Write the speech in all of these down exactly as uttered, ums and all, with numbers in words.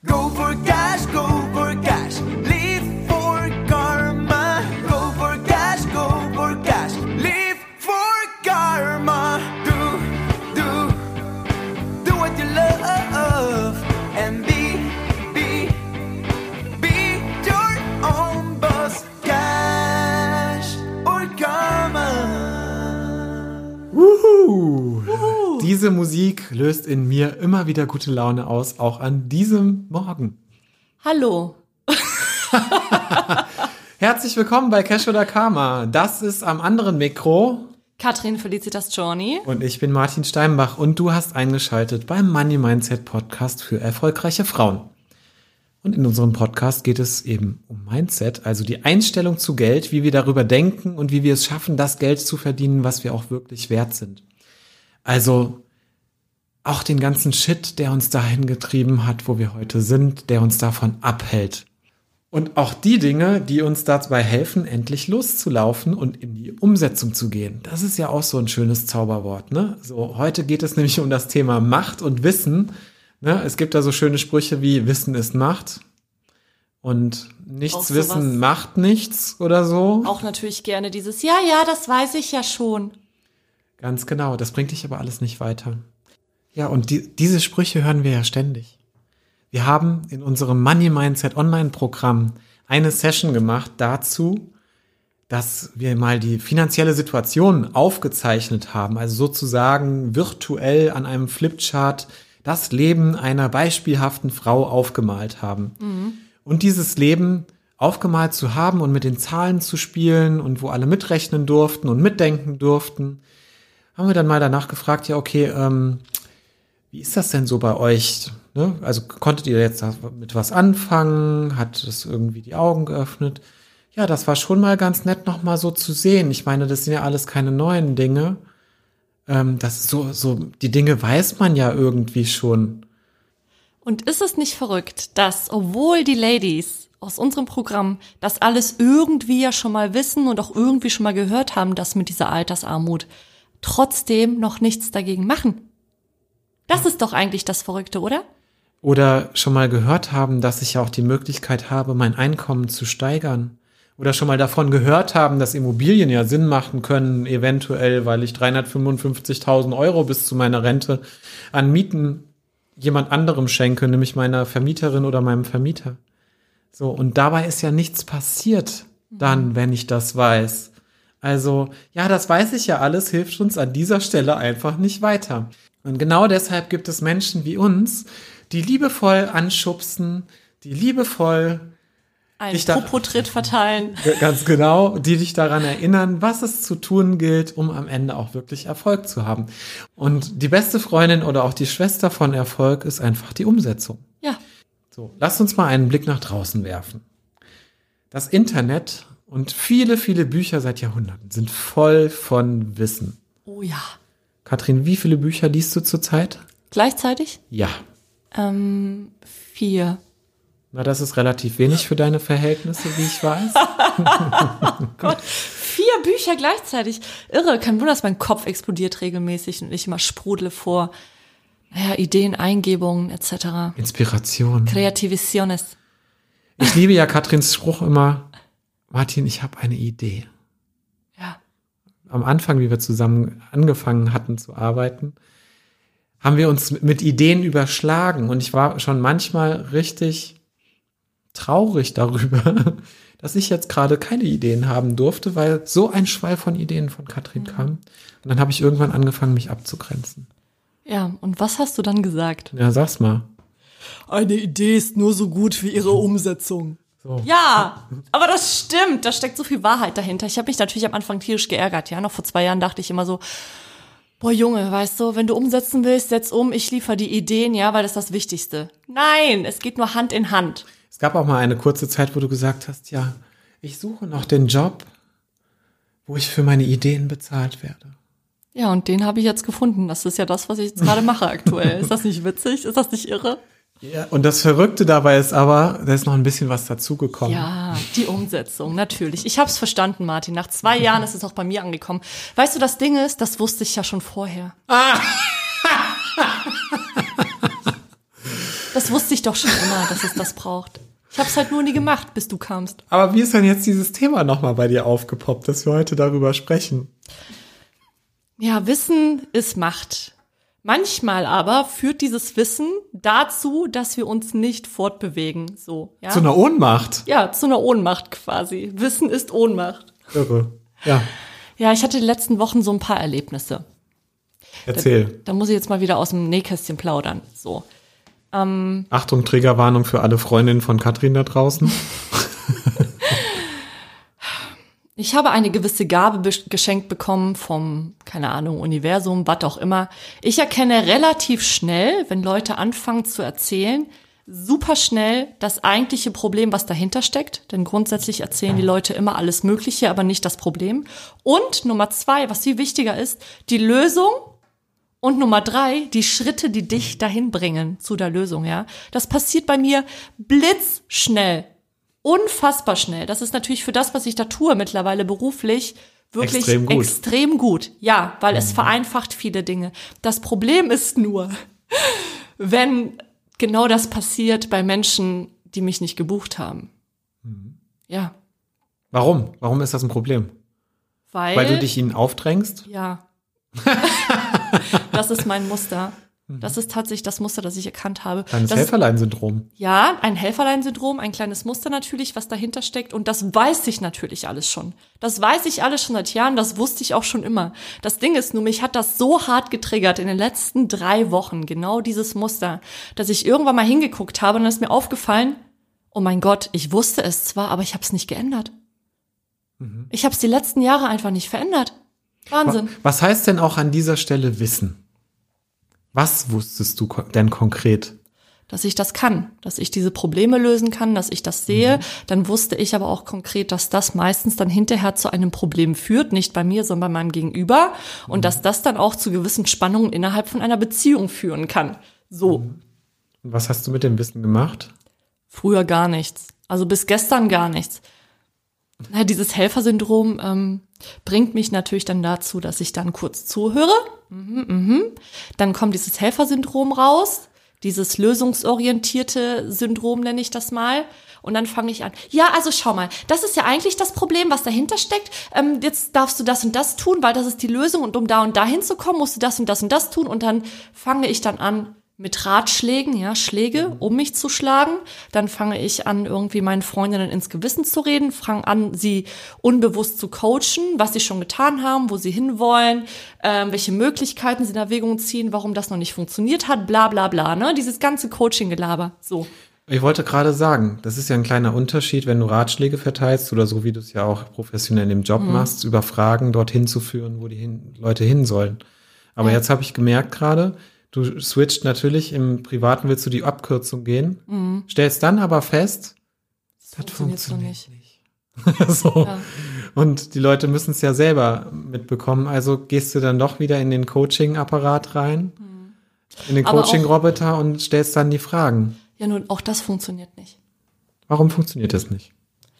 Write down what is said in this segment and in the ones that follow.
Go for cash, go for cash, live for karma. Go for cash, go for cash, live for karma. Do, do, do what you love and be, be, be your own boss. Cash or karma. Wuhu. Wuhu. Diese Musik löst in mir immer wieder gute Laune aus, auch an diesem Morgen. Hallo. Herzlich willkommen bei Cash oder Karma. Das ist am anderen Mikro Katrin Felicitas Journey. Und ich bin Martin Steinbach und du hast eingeschaltet beim Money Mindset Podcast für erfolgreiche Frauen. Und in unserem Podcast geht es eben um Mindset, also die Einstellung zu Geld, wie wir darüber denken und wie wir es schaffen, das Geld zu verdienen, was wir auch wirklich wert sind. Also auch den ganzen Shit, der uns dahin getrieben hat, wo wir heute sind, der uns davon abhält. Und auch die Dinge, die uns dabei helfen, endlich loszulaufen und in die Umsetzung zu gehen. Das ist ja auch so ein schönes Zauberwort, ne? So, heute geht es nämlich um das Thema Macht und Wissen. Ne? Es gibt da so schöne Sprüche wie Wissen ist Macht und nichts wissen macht nichts oder so. Auch natürlich gerne dieses, ja, ja, das weiß ich ja schon. Ganz genau, das bringt dich aber alles nicht weiter. Ja, und die, diese Sprüche hören wir ja ständig. Wir haben in unserem Money Mindset Online-Programm eine Session gemacht dazu, dass wir mal die finanzielle Situation aufgezeichnet haben, also sozusagen virtuell an einem Flipchart das Leben einer beispielhaften Frau aufgemalt haben. Mhm. Und dieses Leben aufgemalt zu haben und mit den Zahlen zu spielen und wo alle mitrechnen durften und mitdenken durften, haben wir dann mal danach gefragt, ja okay, ähm, wie ist das denn so bei euch? Ne? Also konntet ihr jetzt mit was anfangen? Hat das irgendwie die Augen geöffnet? Ja, das war schon mal ganz nett, noch mal so zu sehen. Ich meine, das sind ja alles keine neuen Dinge. Ähm, das so, so, die Dinge weiß man ja irgendwie schon. Und ist es nicht verrückt, dass, obwohl die Ladies aus unserem Programm das alles irgendwie ja schon mal wissen und auch irgendwie schon mal gehört haben, das mit dieser Altersarmut, trotzdem noch nichts dagegen machen? Das ist doch eigentlich das Verrückte, oder? Oder schon mal gehört haben, dass ich ja auch die Möglichkeit habe, mein Einkommen zu steigern. Oder schon mal davon gehört haben, dass Immobilien ja Sinn machen können, eventuell, weil ich dreihundertfünfundfünfzigtausend Euro bis zu meiner Rente an Mieten jemand anderem schenke, nämlich meiner Vermieterin oder meinem Vermieter. So, und dabei ist ja nichts passiert dann, wenn ich das weiß. Also, ja, das weiß ich ja alles, hilft uns an dieser Stelle einfach nicht weiter. Und genau deshalb gibt es Menschen wie uns, die liebevoll anschubsen, die liebevoll einen Popo-Tritt verteilen. Ganz genau, die dich daran erinnern, was es zu tun gilt, um am Ende auch wirklich Erfolg zu haben. Und die beste Freundin oder auch die Schwester von Erfolg ist einfach die Umsetzung. Ja. So, lasst uns mal einen Blick nach draußen werfen. Das Internet und viele, viele Bücher seit Jahrhunderten sind voll von Wissen. Oh ja. Katrin, wie viele Bücher liest du zurzeit? Gleichzeitig? Ja. Ähm, vier. Na, das ist relativ wenig für deine Verhältnisse, wie ich weiß. Gott, vier Bücher gleichzeitig. Irre, kein Wunder, dass mein Kopf explodiert regelmäßig und ich immer sprudle vor naja, Ideen, Eingebungen et cetera. Inspiration. Kreativisiones. Ich liebe ja Katrins Spruch immer, Martin, ich habe eine Idee. Ja. Am Anfang, wie wir zusammen angefangen hatten zu arbeiten, haben wir uns mit Ideen überschlagen. Und ich war schon manchmal richtig traurig darüber, dass ich jetzt gerade keine Ideen haben durfte, weil so ein Schwall von Ideen von Katrin kam. Und dann habe ich irgendwann angefangen, mich abzugrenzen. Ja, und was hast du dann gesagt? Ja, sag's mal. Eine Idee ist nur so gut wie ihre Umsetzung. So. Ja, aber das stimmt. Da steckt so viel Wahrheit dahinter. Ich habe mich natürlich am Anfang tierisch geärgert. Ja, noch vor zwei Jahren dachte ich immer so, boah Junge, weißt du, wenn du umsetzen willst, setz um, ich liefere die Ideen, ja, weil das ist das Wichtigste. Nein, es geht nur Hand in Hand. Es gab auch mal eine kurze Zeit, wo du gesagt hast, ja, ich suche noch den Job, wo ich für meine Ideen bezahlt werde. Ja, und den habe ich jetzt gefunden. Das ist ja das, was ich jetzt gerade mache aktuell. Ist das nicht witzig? Ist das nicht irre? Ja, und das Verrückte dabei ist aber, da ist noch ein bisschen was dazugekommen. Ja, die Umsetzung, natürlich. Ich habe es verstanden, Martin. Nach zwei Jahren ist es auch bei mir angekommen. Weißt du, das Ding ist, das wusste ich ja schon vorher. Ah. Das wusste ich doch schon immer, dass es das braucht. Ich habe es halt nur nie gemacht, bis du kamst. Aber wie ist denn jetzt dieses Thema nochmal bei dir aufgepoppt, dass wir heute darüber sprechen? Ja, Wissen ist Macht. Manchmal aber führt dieses Wissen dazu, dass wir uns nicht fortbewegen. So, ja? Zu einer Ohnmacht? Ja, zu einer Ohnmacht quasi. Wissen ist Ohnmacht. Irre, ja. Ja, ich hatte die letzten Wochen so ein paar Erlebnisse. Erzähl. Da, da muss ich jetzt mal wieder aus dem Nähkästchen plaudern. So. Ähm, Achtung, Triggerwarnung für alle Freundinnen von Katrin da draußen. Ich habe eine gewisse Gabe be- geschenkt bekommen vom, keine Ahnung, Universum, was auch immer. Ich erkenne relativ schnell, wenn Leute anfangen zu erzählen, super schnell das eigentliche Problem, was dahinter steckt. Denn grundsätzlich erzählen die Leute immer alles Mögliche, aber nicht das Problem. Und Nummer zwei, was viel wichtiger ist, die Lösung. Und Nummer drei, die Schritte, die dich dahin bringen zu der Lösung, ja. Das passiert bei mir blitzschnell. Unfassbar schnell. Das ist natürlich für das, was ich da tue mittlerweile beruflich, wirklich extrem gut. Extrem gut. Ja, weil mhm. es vereinfacht viele Dinge. Das Problem ist nur, wenn genau das passiert bei Menschen, die mich nicht gebucht haben. Mhm. Ja. Warum? Warum ist das ein Problem? Weil, Weil du dich ihnen aufdrängst? Ja. Das ist mein Muster. Das ist tatsächlich das Muster, das ich erkannt habe. Ein Helferlein-Syndrom. Ja, ein Helferlein-Syndrom, ein kleines Muster natürlich, was dahinter steckt. Und das weiß ich natürlich alles schon. Das weiß ich alles schon seit Jahren, das wusste ich auch schon immer. Das Ding ist nur, mich hat das so hart getriggert in den letzten drei Wochen, genau dieses Muster, dass ich irgendwann mal hingeguckt habe und dann ist mir aufgefallen, oh mein Gott, ich wusste es zwar, aber ich habe es nicht geändert. Mhm. Ich habe es die letzten Jahre einfach nicht verändert. Wahnsinn. Was heißt denn auch an dieser Stelle Wissen? Was wusstest du denn konkret? Dass ich das kann, dass ich diese Probleme lösen kann, dass ich das sehe. Mhm. Dann wusste ich aber auch konkret, dass das meistens dann hinterher zu einem Problem führt, nicht bei mir, sondern bei meinem Gegenüber. Und mhm. dass das dann auch zu gewissen Spannungen innerhalb von einer Beziehung führen kann. So. Mhm. Und was hast du mit dem Wissen gemacht? Früher gar nichts. Also bis gestern gar nichts. Na, dieses Helfersyndrom ähm, bringt mich natürlich dann dazu, dass ich dann kurz zuhöre. Mhm, mhm. Dann kommt dieses Helfersyndrom raus, dieses lösungsorientierte Syndrom nenne ich das mal. Und dann fange ich an, ja, also schau mal, das ist ja eigentlich das Problem, was dahinter steckt. Ähm, jetzt darfst du das und das tun, weil das ist die Lösung. Und um da und da hinzukommen, musst du das und das und das tun. Und dann fange ich dann an, mit Ratschlägen, ja, Schläge, um mich zu schlagen. Dann fange ich an, irgendwie meinen Freundinnen ins Gewissen zu reden, fange an, sie unbewusst zu coachen, was sie schon getan haben, wo sie hinwollen, ähm, welche Möglichkeiten sie in Erwägung ziehen, warum das noch nicht funktioniert hat, bla bla bla, ne? Dieses ganze Coaching-Gelaber, so. Ich wollte gerade sagen, das ist ja ein kleiner Unterschied, wenn du Ratschläge verteilst oder so, wie du es ja auch professionell im Job mhm. machst, über Fragen dorthin zu führen, wo die hin, Leute hin sollen. Aber ja. jetzt habe ich gemerkt gerade, du switcht natürlich, im Privaten willst du die Abkürzung gehen, mhm. stellst dann aber fest, das, das funktioniert, funktioniert nicht. nicht. so. Ja. Und die Leute müssen es ja selber mitbekommen, also gehst du dann doch wieder in den Coaching-Apparat rein, mhm. in den Coaching-Roboter und stellst dann die Fragen. Ja, nun, auch das funktioniert nicht. Warum funktioniert das nicht?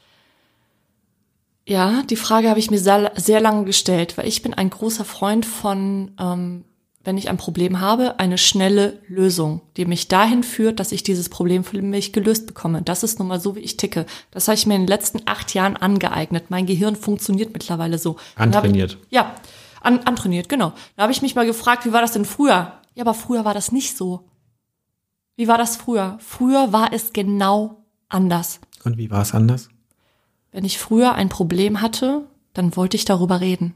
Ja, die Frage habe ich mir sehr, sehr lange gestellt, weil ich bin ein großer Freund von ähm, wenn ich ein Problem habe, eine schnelle Lösung, die mich dahin führt, dass ich dieses Problem für mich gelöst bekomme. Das ist nun mal so, wie ich ticke. Das habe ich mir in den letzten acht Jahren angeeignet. Mein Gehirn funktioniert mittlerweile so. Antrainiert. Ich, ja, an, antrainiert, genau. Da habe ich mich mal gefragt, wie war das denn früher? Ja, aber früher war das nicht so. Wie war das früher? Früher war es genau anders. Und wie war es anders? Wenn ich früher ein Problem hatte, dann wollte ich darüber reden.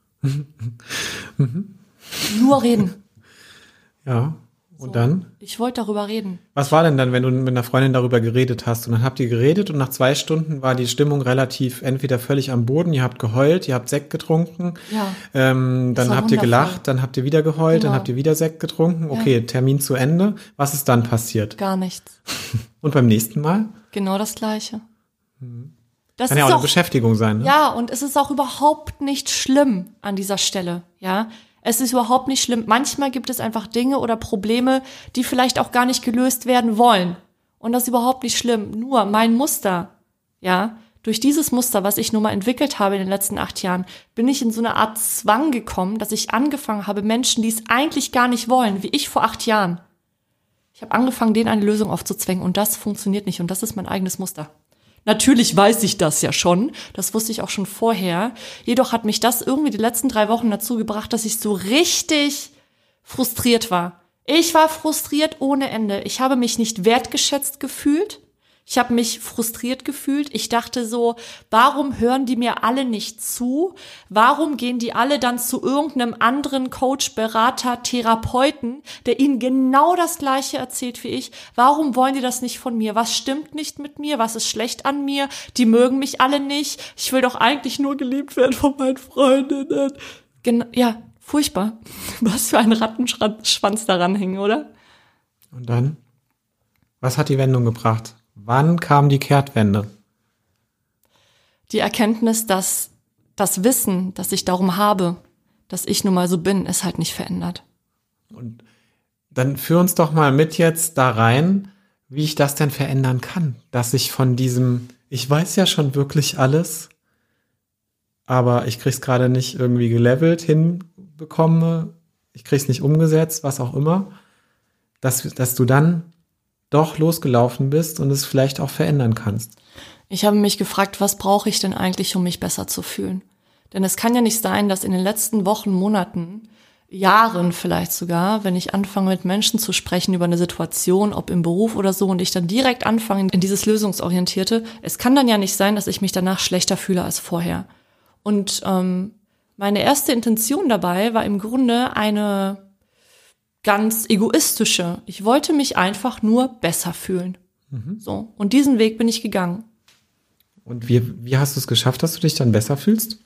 mhm. Nur reden. Ja, und so, dann? Ich wollte darüber reden. Was war denn dann, wenn du mit einer Freundin darüber geredet hast? Und dann habt ihr geredet und nach zwei Stunden war die Stimmung relativ entweder völlig am Boden, ihr habt geheult, ihr habt Sekt getrunken, ja. ähm, dann habt ihr gelacht, dann habt ihr wieder geheult, genau. Dann habt ihr wieder Sekt getrunken. Okay, ja. Termin zu Ende. Was ist dann passiert? Gar nichts. Und beim nächsten Mal? Genau das Gleiche. Mhm. Das kann ja auch eine auch, Beschäftigung sein, ne? Ja, und es ist auch überhaupt nicht schlimm an dieser Stelle, ja. Es ist überhaupt nicht schlimm. Manchmal gibt es einfach Dinge oder Probleme, die vielleicht auch gar nicht gelöst werden wollen. Und das ist überhaupt nicht schlimm. Nur mein Muster, ja, durch dieses Muster, was ich nun mal entwickelt habe in den letzten acht Jahren, bin ich in so eine Art Zwang gekommen, dass ich angefangen habe, Menschen, die es eigentlich gar nicht wollen, wie ich vor acht Jahren, Ich habe angefangen, denen eine Lösung aufzuzwängen und das funktioniert nicht und das ist mein eigenes Muster. Natürlich weiß ich das ja schon, das wusste ich auch schon vorher. Jedoch hat mich das irgendwie die letzten drei Wochen dazu gebracht, dass ich so richtig frustriert war. Ich war frustriert ohne Ende. Ich habe mich nicht wertgeschätzt gefühlt. Ich habe mich frustriert gefühlt. Ich dachte so, warum hören die mir alle nicht zu? Warum gehen die alle dann zu irgendeinem anderen Coach, Berater, Therapeuten, der ihnen genau das Gleiche erzählt wie ich? Warum wollen die das nicht von mir? Was stimmt nicht mit mir? Was ist schlecht an mir? Die mögen mich alle nicht. Ich will doch eigentlich nur geliebt werden von meinen Freundinnen. Gen- ja, furchtbar. Was für ein Rattenschwanz daran hängen, oder? Und dann? Was hat die Wendung gebracht? Wann kam die Kehrtwende? Die Erkenntnis, dass das Wissen, das ich darum habe, dass ich nun mal so bin, es halt nicht verändert. Und dann führ uns doch mal mit jetzt da rein, wie ich das denn verändern kann. Dass ich von diesem, ich weiß ja schon wirklich alles, aber ich krieg's gerade nicht irgendwie gelevelt hinbekomme, ich krieg's nicht umgesetzt, was auch immer, dass, dass du dann doch losgelaufen bist und es vielleicht auch verändern kannst. Ich habe mich gefragt, was brauche ich denn eigentlich, um mich besser zu fühlen? Denn es kann ja nicht sein, dass in den letzten Wochen, Monaten, Jahren vielleicht sogar, wenn ich anfange mit Menschen zu sprechen über eine Situation, ob im Beruf oder so, und ich dann direkt anfange in dieses Lösungsorientierte, es kann dann ja nicht sein, dass ich mich danach schlechter fühle als vorher. Und ähm, meine erste Intention dabei war im Grunde eine ganz egoistische. Ich wollte mich einfach nur besser fühlen. Mhm. So. Und diesen Weg bin ich gegangen. Und wie, wie hast du es geschafft, dass du dich dann besser fühlst?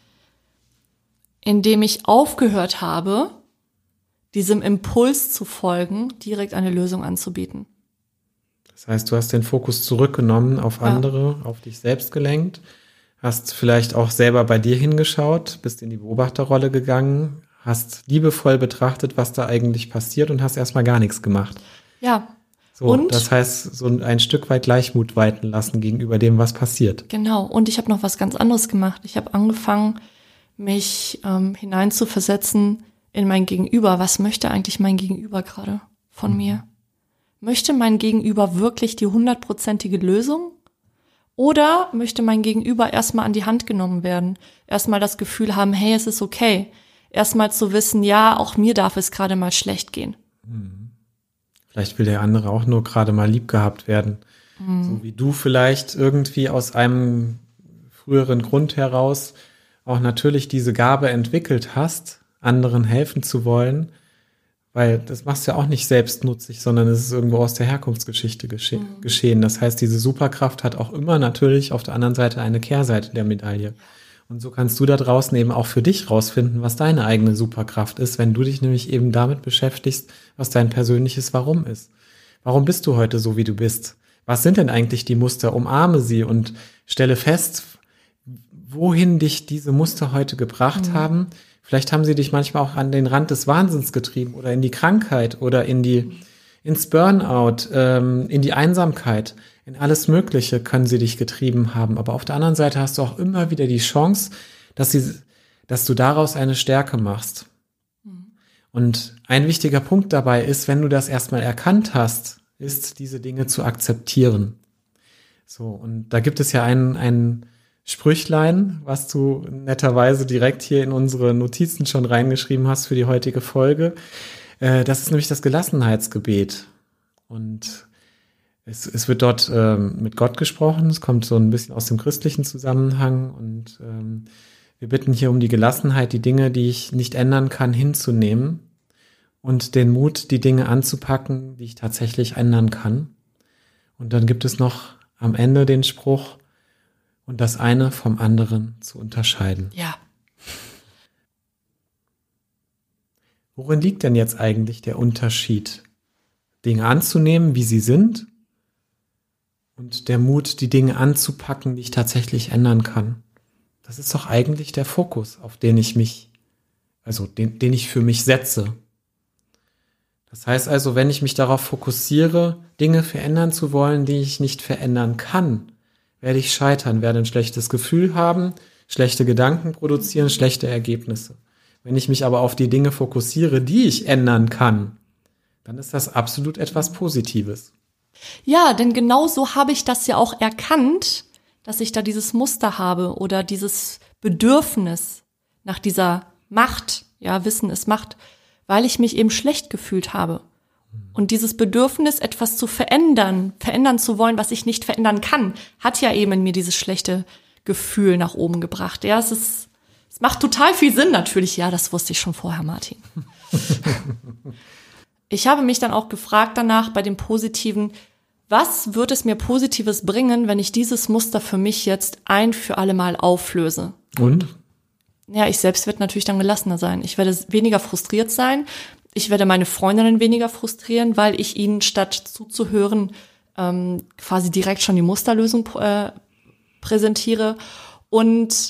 Indem ich aufgehört habe, diesem Impuls zu folgen, direkt eine Lösung anzubieten. Das heißt, du hast den Fokus zurückgenommen auf andere, ja. auf dich selbst gelenkt, hast vielleicht auch selber bei dir hingeschaut, bist in die Beobachterrolle gegangen, hast liebevoll betrachtet, was da eigentlich passiert und hast erstmal gar nichts gemacht. Ja. So, und das heißt, so ein Stück weit Gleichmut walten lassen gegenüber dem, was passiert. Genau. Und ich habe noch was ganz anderes gemacht. Ich habe angefangen, mich ähm, hineinzuversetzen in mein Gegenüber. Was möchte eigentlich mein Gegenüber gerade von mhm. mir? Möchte mein Gegenüber wirklich die hundertprozentige Lösung? Oder möchte mein Gegenüber erstmal an die Hand genommen werden? Erstmal das Gefühl haben, hey, es ist okay. Erstmal zu wissen, ja, auch mir darf es gerade mal schlecht gehen. Vielleicht will der andere auch nur gerade mal lieb gehabt werden. Mhm. So wie du vielleicht irgendwie aus einem früheren Grund heraus auch natürlich diese Gabe entwickelt hast, anderen helfen zu wollen, weil das machst du ja auch nicht selbstnutzig, sondern es ist irgendwo aus der Herkunftsgeschichte gesche- mhm. geschehen. Das heißt, diese Superkraft hat auch immer natürlich auf der anderen Seite eine Kehrseite der Medaille. Und so kannst du da draußen eben auch für dich rausfinden, was deine eigene Superkraft ist, wenn du dich nämlich eben damit beschäftigst, was dein persönliches Warum ist. Warum bist du heute so, wie du bist? Was sind denn eigentlich die Muster? Umarme sie und stelle fest, wohin dich diese Muster heute gebracht mhm. haben. Vielleicht haben sie dich manchmal auch an den Rand des Wahnsinns getrieben oder in die Krankheit oder in die, ins Burnout, ähm, in die Einsamkeit. In alles Mögliche können sie dich getrieben haben. Aber auf der anderen Seite hast du auch immer wieder die Chance, dass sie, dass du daraus eine Stärke machst. Mhm. Und ein wichtiger Punkt dabei ist, wenn du das erstmal erkannt hast, ist, diese Dinge zu akzeptieren. So, und da gibt es ja ein, ein Sprüchlein, was du netterweise direkt hier in unsere Notizen schon reingeschrieben hast für die heutige Folge. Äh, das ist nämlich das Gelassenheitsgebet. Und Es, es wird dort ähm, mit Gott gesprochen, es kommt so ein bisschen aus dem christlichen Zusammenhang und ähm, wir bitten hier um die Gelassenheit, die Dinge, die ich nicht ändern kann, hinzunehmen und den Mut, die Dinge anzupacken, die ich tatsächlich ändern kann. Und dann gibt es noch am Ende den Spruch, und das eine vom anderen zu unterscheiden. Ja. Worin liegt denn jetzt eigentlich der Unterschied? Dinge anzunehmen, wie sie sind, und der Mut, die Dinge anzupacken, die ich tatsächlich ändern kann. Das ist doch eigentlich der Fokus, auf den ich mich, also den, den ich für mich setze. Das heißt also, wenn ich mich darauf fokussiere, Dinge verändern zu wollen, die ich nicht verändern kann, werde ich scheitern, werde ein schlechtes Gefühl haben, schlechte Gedanken produzieren, schlechte Ergebnisse. Wenn ich mich aber auf die Dinge fokussiere, die ich ändern kann, Dann ist das absolut etwas Positives. Ja, denn genau so habe ich das ja auch erkannt, dass ich da dieses Muster habe oder dieses Bedürfnis nach dieser Macht, ja, Wissen ist Macht, weil ich mich eben schlecht gefühlt habe. Und dieses Bedürfnis, etwas zu verändern, verändern zu wollen, was ich nicht verändern kann, hat ja eben in mir dieses schlechte Gefühl nach oben gebracht. Ja, es ist, es macht total viel Sinn natürlich. Ja, das wusste ich schon vorher, Martin. Ich habe mich dann auch gefragt danach bei dem Positiven, was wird es mir Positives bringen, wenn ich dieses Muster für mich jetzt ein für alle Mal auflöse? Und? Ja, ich selbst werde natürlich dann gelassener sein. Ich werde weniger frustriert sein. Ich werde meine Freundinnen weniger frustrieren, weil ich ihnen statt zuzuhören ähm, quasi direkt schon die Musterlösung äh, präsentiere. Und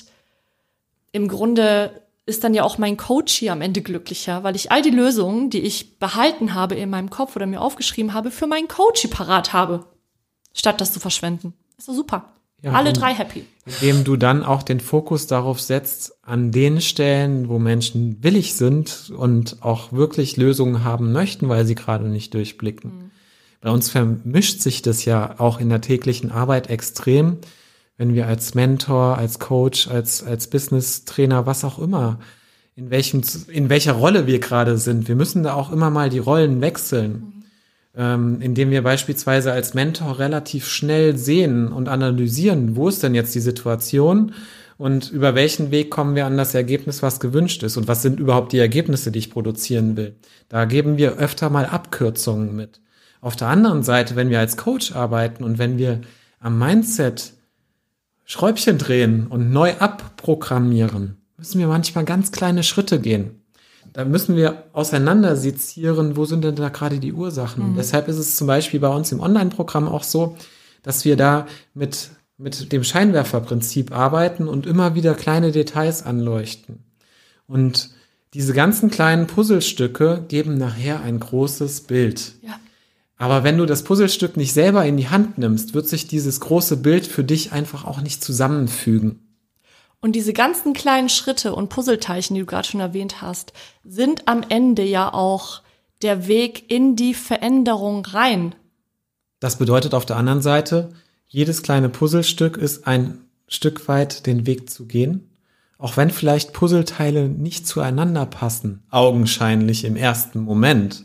im Grunde ist dann ja auch mein Coach hier am Ende glücklicher, weil ich all die Lösungen, die ich behalten habe in meinem Kopf oder mir aufgeschrieben habe, für meinen Coach parat habe, statt das zu verschwenden. Ist doch super. Ja, alle drei happy. Indem du dann auch den Fokus darauf setzt, an den Stellen, wo Menschen willig sind und auch wirklich Lösungen haben möchten, weil sie gerade nicht durchblicken. Mhm. Bei uns vermischt sich das ja auch in der täglichen Arbeit extrem, wenn wir als Mentor, als Coach, als, als Business-Trainer, was auch immer, in welchem, in welcher Rolle wir gerade sind. Wir müssen da auch immer mal die Rollen wechseln. Mhm. Indem wir beispielsweise als Mentor relativ schnell sehen und analysieren, wo ist denn jetzt die Situation und über welchen Weg kommen wir an das Ergebnis, was gewünscht ist und was sind überhaupt die Ergebnisse, die ich produzieren will. Da geben wir öfter mal Abkürzungen mit. Auf der anderen Seite, wenn wir als Coach arbeiten und wenn wir am Mindset Schräubchen drehen und neu abprogrammieren, müssen wir manchmal ganz kleine Schritte gehen. Da müssen wir auseinandersezieren, wo sind denn da gerade die Ursachen. Mhm. Deshalb ist es zum Beispiel bei uns im Online-Programm auch so, dass wir da mit, mit dem Scheinwerferprinzip arbeiten und immer wieder kleine Details anleuchten. Und diese ganzen kleinen Puzzlestücke geben nachher ein großes Bild. Ja. Aber wenn du das Puzzlestück nicht selber in die Hand nimmst, wird sich dieses große Bild für dich einfach auch nicht zusammenfügen. Und diese ganzen kleinen Schritte und Puzzleteilchen, die du gerade schon erwähnt hast, sind am Ende ja auch der Weg in die Veränderung rein. Das bedeutet auf der anderen Seite, jedes kleine Puzzlestück ist ein Stück weit den Weg zu gehen, auch wenn vielleicht Puzzleteile nicht zueinander passen, augenscheinlich im ersten Moment.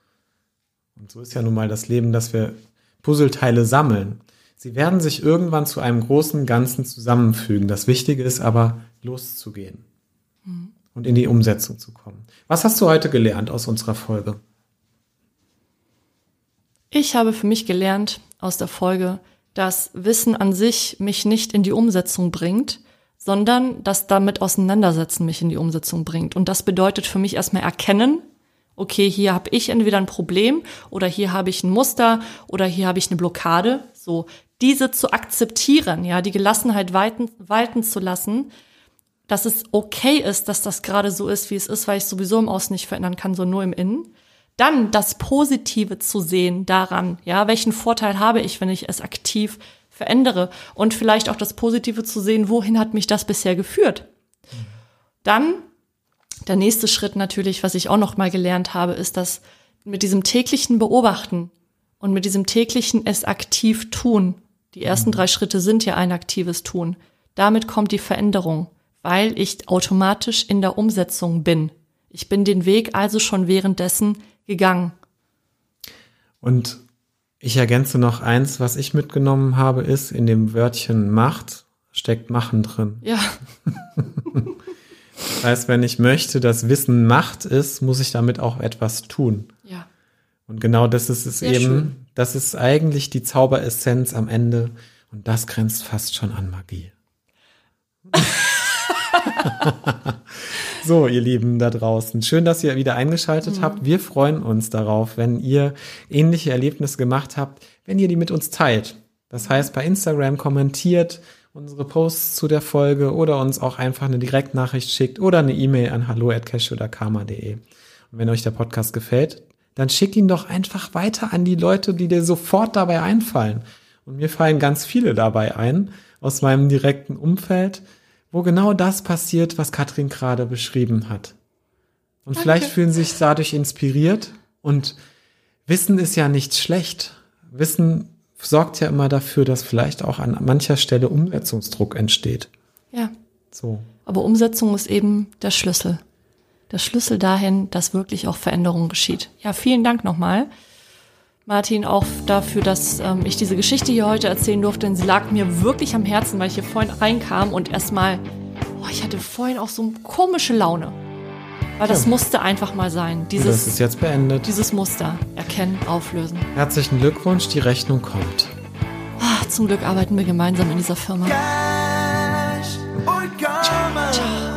Und so ist ja nun mal das Leben, dass wir Puzzleteile sammeln. Sie werden sich irgendwann zu einem großen Ganzen zusammenfügen. Das Wichtige ist aber, loszugehen mhm. und in die Umsetzung zu kommen. Was hast du heute gelernt aus unserer Folge? Ich habe für mich gelernt aus der Folge, dass Wissen an sich mich nicht in die Umsetzung bringt, sondern dass damit Auseinandersetzen mich in die Umsetzung bringt. Und das bedeutet für mich erstmal erkennen, okay, hier habe ich entweder ein Problem oder hier habe ich ein Muster oder hier habe ich eine Blockade. So, diese zu akzeptieren, ja, die Gelassenheit walten, walten zu lassen, dass es okay ist, dass das gerade so ist, wie es ist, weil ich sowieso im Außen nicht verändern kann, sondern nur im Innen. Dann das Positive zu sehen daran, ja, welchen Vorteil habe ich, wenn ich es aktiv verändere und vielleicht auch das Positive zu sehen, wohin hat mich das bisher geführt. Dann der nächste Schritt natürlich, was ich auch noch mal gelernt habe, ist, dass mit diesem täglichen Beobachten und mit diesem täglichen es aktiv tun, die ersten drei Schritte sind ja ein aktives Tun, damit kommt die Veränderung, weil ich automatisch in der Umsetzung bin. Ich bin den Weg also schon währenddessen gegangen. Und ich ergänze noch eins, was ich mitgenommen habe, ist, in dem Wörtchen Macht steckt Machen drin. Ja. Das heißt, wenn ich möchte, dass Wissen Macht ist, muss ich damit auch etwas tun. Ja. Und genau das ist es Sehr eben, schön. Das ist eigentlich die Zauberessenz am Ende und das grenzt fast schon an Magie. So, ihr Lieben da draußen, schön, dass ihr wieder eingeschaltet mhm. habt. Wir freuen uns darauf, wenn ihr ähnliche Erlebnisse gemacht habt, wenn ihr die mit uns teilt. Das heißt, bei Instagram kommentiert unsere Posts zu der Folge oder uns auch einfach eine Direktnachricht schickt oder eine E-Mail an hallo at cash oder karma punkt de. Und wenn euch der Podcast gefällt, dann schickt ihn doch einfach weiter an die Leute, die dir sofort dabei einfallen. Und mir fallen ganz viele dabei ein, aus meinem direkten Umfeld, wo genau das passiert, was Katrin gerade beschrieben hat. Und Danke. Vielleicht fühlen sie sich dadurch inspiriert und Wissen ist ja nicht schlecht. Wissen sorgt ja immer dafür, dass vielleicht auch an mancher Stelle Umsetzungsdruck entsteht. Ja. So. Aber Umsetzung ist eben der Schlüssel. Der Schlüssel dahin, dass wirklich auch Veränderung geschieht. Ja, vielen Dank nochmal, Martin, auch dafür, dass ähm, ich diese Geschichte hier heute erzählen durfte. Denn sie lag mir wirklich am Herzen, weil ich hier vorhin reinkam und erstmal, oh, ich hatte vorhin auch so eine komische Laune. Weil das ja. musste einfach mal sein. Dieses, das ist jetzt beendet. Dieses Muster erkennen, auflösen. Herzlichen Glückwunsch, die Rechnung kommt. Ach, zum Glück arbeiten wir gemeinsam in dieser Firma. Cash or karma. Ciao, ciao.